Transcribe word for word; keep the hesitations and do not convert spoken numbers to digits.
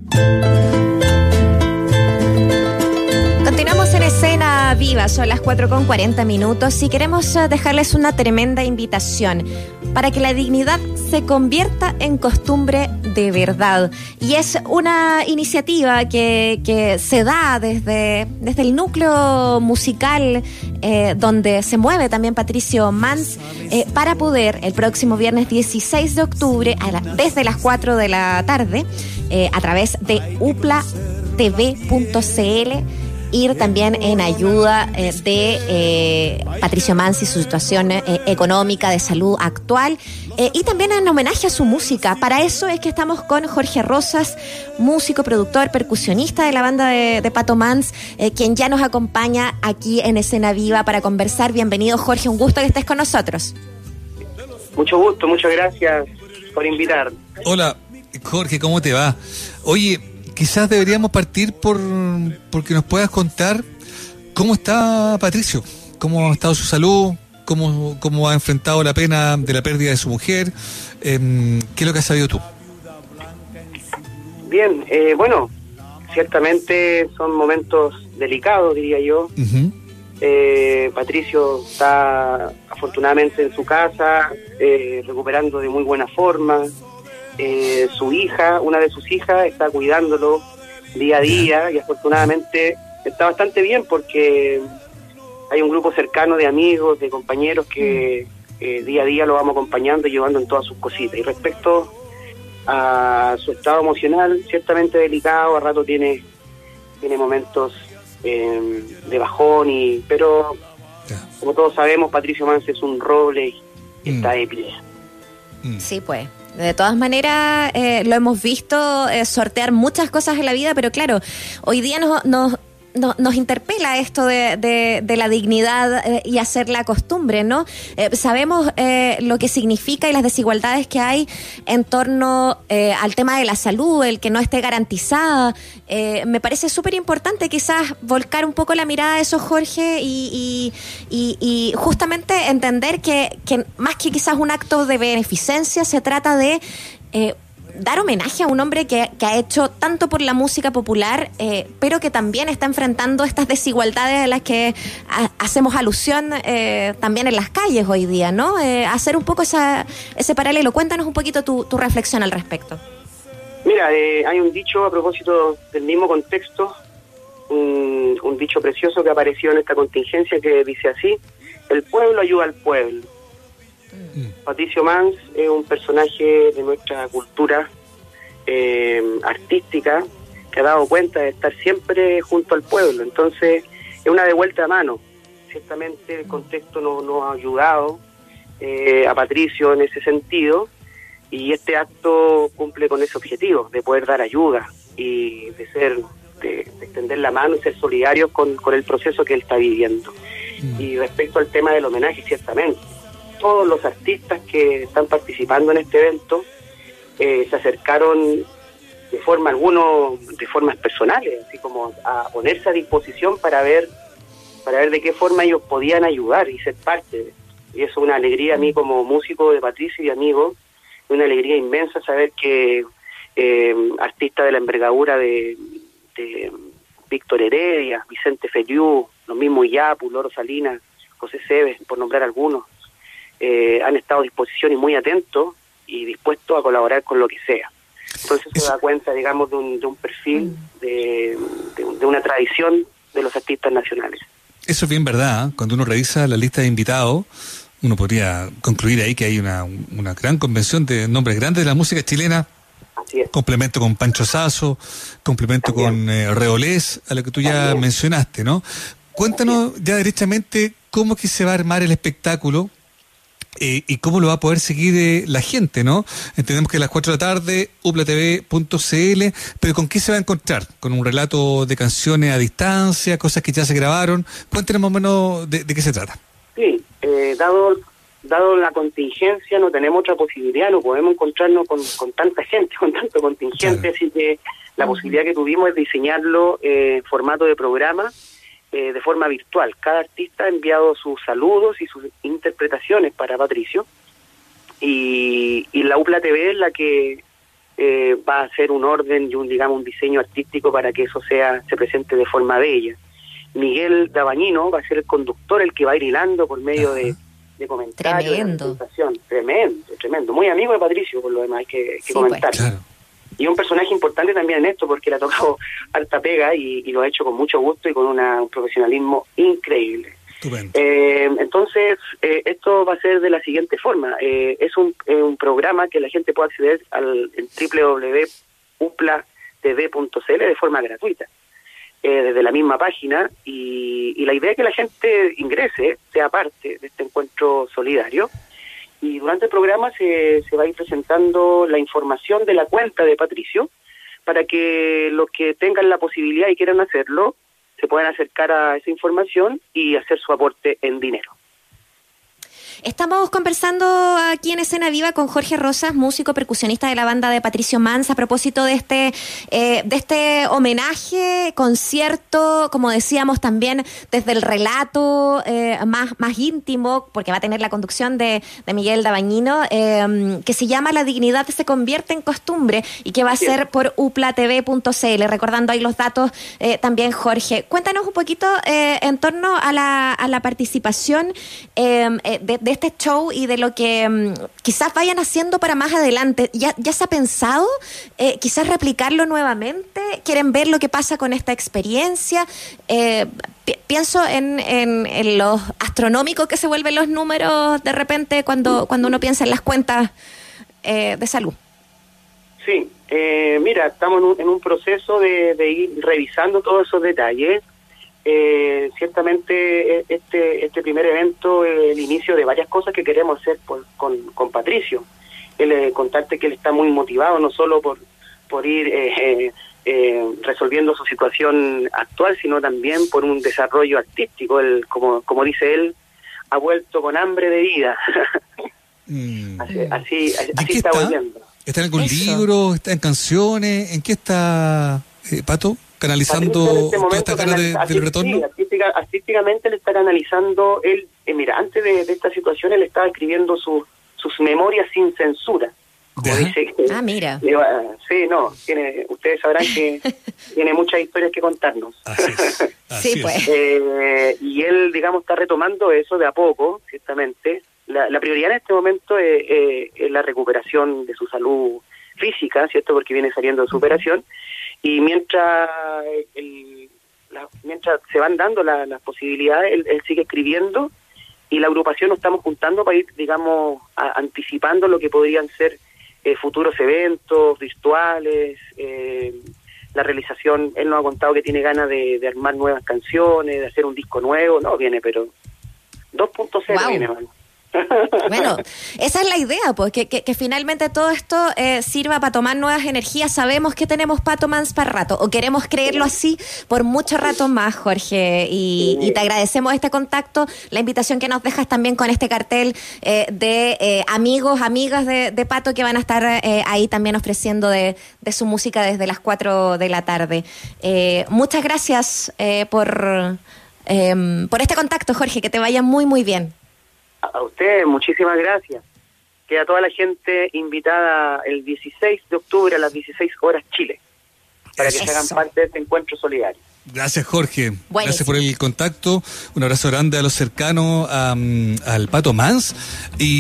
Continuamos en Escena Viva, son las cuatro con cuarenta minutos y queremos dejarles una tremenda invitación para que la dignidad se convierta en costumbre de verdad. Y es una iniciativa que, que se da desde, desde el núcleo musical eh, donde se mueve también Patricio Mans eh, para poder el próximo viernes dieciséis de octubre a la, desde las cuatro de la tarde eh, a través de upla t v punto c l ir también en ayuda eh, de eh, Patricio Mans y su situación eh, económica, de salud actual, eh, y también en homenaje a su música. Para eso es que estamos con Jorge Rosas, músico, productor, percusionista de la banda de, de Pato Mans, eh, quien ya nos acompaña aquí en Escena Viva para conversar. Bienvenido, Jorge, un gusto que estés con nosotros. Mucho gusto, muchas gracias por invitar. Hola, Jorge, ¿cómo te va? Oye, quizás deberíamos partir por porque nos puedas contar cómo está Patricio, cómo ha estado su salud, cómo, cómo ha enfrentado la pena de la pérdida de su mujer, eh, ¿qué es lo que has sabido tú? Bien, eh, bueno, ciertamente son momentos delicados, diría yo. Uh-huh. eh, Patricio está afortunadamente en su casa, eh, recuperando de muy buena forma. Eh, su hija, una de sus hijas, está cuidándolo día a día y afortunadamente está bastante bien porque hay un grupo cercano de amigos, de compañeros que eh, día a día lo vamos acompañando y llevando en todas sus cositas. Y respecto a su estado emocional, ciertamente delicado, a rato tiene tiene momentos eh, de bajón, y pero como todos sabemos, Patricio Mans es un roble y mm. está de pie. Mm. Sí, pues. De todas maneras, eh, lo hemos visto eh, sortear muchas cosas en la vida, pero claro, hoy día nos, nos, nos, nos interpela esto de, de, de la dignidad eh, y hacer la costumbre, ¿no? Eh, sabemos eh, lo que significa y las desigualdades que hay en torno eh, al tema de la salud, el que no esté garantizada. Eh, me parece súper importante quizás volcar un poco la mirada a eso, Jorge, y, y, y, y justamente entender que, que más que quizás un acto de beneficencia, se trata de eh, dar homenaje a un hombre que, que ha hecho tanto por la música popular, eh, pero que también está enfrentando estas desigualdades a las que a, hacemos alusión eh, también en las calles hoy día, ¿no? Eh, hacer un poco esa, ese paralelo. Cuéntanos un poquito tu, tu reflexión al respecto. Mira, eh, hay un dicho a propósito del mismo contexto, un, un dicho precioso que apareció en esta contingencia que dice así: el pueblo ayuda al pueblo. Mm. Patricio Mans es un personaje de nuestra cultura eh, artística que ha dado cuenta de estar siempre junto al pueblo, entonces es una devuelta a mano. Ciertamente el contexto nos no ha ayudado eh, a Patricio en ese sentido, y este acto cumple con ese objetivo de poder dar ayuda y de ser de, de extender la mano y ser solidarios con, con el proceso que él está viviendo. Mm. Y respecto al tema del homenaje, ciertamente todos los artistas que están participando en este evento eh, se acercaron de forma, algunos de formas personales, así como a ponerse a disposición para ver para ver de qué forma ellos podían ayudar y ser parte de esto. Y eso es una alegría a mí como músico de Patricio y amigo, una alegría inmensa saber que eh, artistas de la envergadura de, de Víctor Heredia, Vicente Feliú, los mismos Iyapu, Loro Salinas, José Cebes, por nombrar algunos, eh, han estado a disposición y muy atentos y dispuestos a colaborar con lo que sea. Entonces se da cuenta, digamos, de un, de un perfil, de, de, de una tradición de los artistas nacionales. Eso es bien verdad, ¿eh? Cuando uno revisa la lista de invitados, uno podría concluir ahí que hay una, una gran convención de nombres grandes de la música chilena. Así es. Complemento con Pancho Sasso, complemento También. con eh, Reolés, a lo que tú ya También. mencionaste, ¿no? Cuéntanos ya derechamente cómo es que se va a armar el espectáculo eh, y cómo lo va a poder seguir eh, la gente, ¿no? Entendemos que a las cuatro de la tarde, upla t v punto c l, pero ¿con qué se va a encontrar? ¿Con un relato de canciones a distancia, cosas que ya se grabaron? Cuéntanos más o menos de, de qué se trata. Sí, eh, dado dado la contingencia no tenemos otra posibilidad, no podemos encontrarnos con, con tanta gente, con tanto contingente, claro. Así que la posibilidad que tuvimos es diseñarlo en formato de programa, eh, de forma virtual. Cada artista ha enviado sus saludos y sus interpretaciones para Patricio, y, y la upla T V es la que eh, va a hacer un orden y un, digamos, un diseño artístico para que eso sea se presente de forma bella. Miguel Dabañino va a ser el conductor, el que va a ir hilando por medio de, de comentarios. Tremendo. De tremendo, tremendo. Muy amigo de Patricio, por lo demás, hay que, que sí, comentar. Pues. Claro. Y un personaje importante también en esto, porque le ha tocado alta pega y, y lo ha hecho con mucho gusto y con una, un profesionalismo increíble. Eh, entonces, eh, esto va a ser de la siguiente forma. Eh, es un, eh, un programa que la gente puede acceder al en doble u doble u doble u punto u p l a t v punto c l de forma gratuita, eh, desde la misma página, y, y la idea es que la gente ingrese, sea parte de este encuentro solidario, y durante el programa se, se va a ir presentando la información de la cuenta de Patricio, para que los que tengan la posibilidad y quieran hacerlo, se pueden acercar a esa información y hacer su aporte en dinero. Estamos conversando aquí en Escena Viva con Jorge Rosas, músico percusionista de la banda de Patricio Mans, a propósito de este eh, de este homenaje, concierto, como decíamos también desde el relato eh, más más íntimo, porque va a tener la conducción de, de Miguel Dabañino, eh, que se llama La dignidad se convierte en costumbre y que va a sí. ser por u p l a t v punto c l, recordando ahí los datos eh, también, Jorge. Cuéntanos un poquito eh, en torno a la, a la participación eh, de, de este show y de lo que um, quizás vayan haciendo para más adelante. ¿Ya, ya se ha pensado eh, quizás replicarlo nuevamente? ¿Quieren ver lo que pasa con esta experiencia? Eh, pi- pienso en, en, en los astronómicos que se vuelven los números de repente cuando, cuando uno piensa en las cuentas eh, de salud. Sí, eh, mira, estamos en un, en un proceso de, de ir revisando todos esos detalles. Eh, ciertamente este este primer evento es el inicio de varias cosas que queremos hacer por, con, con Patricio. Él, eh, contarte que él está muy motivado, no solo por, por ir eh, eh, eh, resolviendo su situación actual, sino también por un desarrollo artístico. Él, como, como dice él, ha vuelto con hambre de vida. mm. Así, así, así está, está volviendo. ¿Está en algún Eso. libro? ¿Está en canciones? ¿En qué está, eh, Pato? Canalizando este toda esta cara de, del retorno. Sí, artística, artísticamente le está canalizando él, eh, mira, antes de, de esta situación él estaba escribiendo su, sus memorias sin censura. Como dice, ah, mira. Le, sí, no, tiene, ustedes sabrán que tiene muchas historias que contarnos. Así es, así sí, pues. Eh, y él, digamos, está retomando eso de a poco, ciertamente. La, la prioridad en este momento es, eh, es la recuperación de su salud física, ¿cierto? Porque viene saliendo de su operación. Y mientras el, la, mientras se van dando la, las posibilidades, él, él sigue escribiendo, y la agrupación nos estamos juntando para ir, digamos, a, anticipando lo que podrían ser eh, futuros eventos virtuales, eh, la realización. Él nos ha contado que tiene ganas de, de armar nuevas canciones, de hacer un disco nuevo. No, viene, pero dos punto cero wow. viene, mano. Bueno, esa es la idea, pues, que, que, que finalmente todo esto eh, sirva para tomar nuevas energías. Sabemos que tenemos Pato Mans para rato, o queremos creerlo así por mucho rato más, Jorge, y, y te agradecemos este contacto, la invitación que nos dejas también con este cartel eh, de eh, amigos, amigas de, de Pato que van a estar eh, ahí también ofreciendo de, de su música desde las cuatro de la tarde. Eh, muchas gracias eh, por, eh, por este contacto, Jorge, que te vaya muy, muy bien. A usted, muchísimas gracias. Queda toda la gente invitada el dieciséis de octubre a las dieciséis horas Chile, para Eso. que se hagan parte de este encuentro solidario. Gracias, Jorge. Buenísimo. Gracias por el contacto. Un abrazo grande a los cercanos a, um, al Pato Mans. Y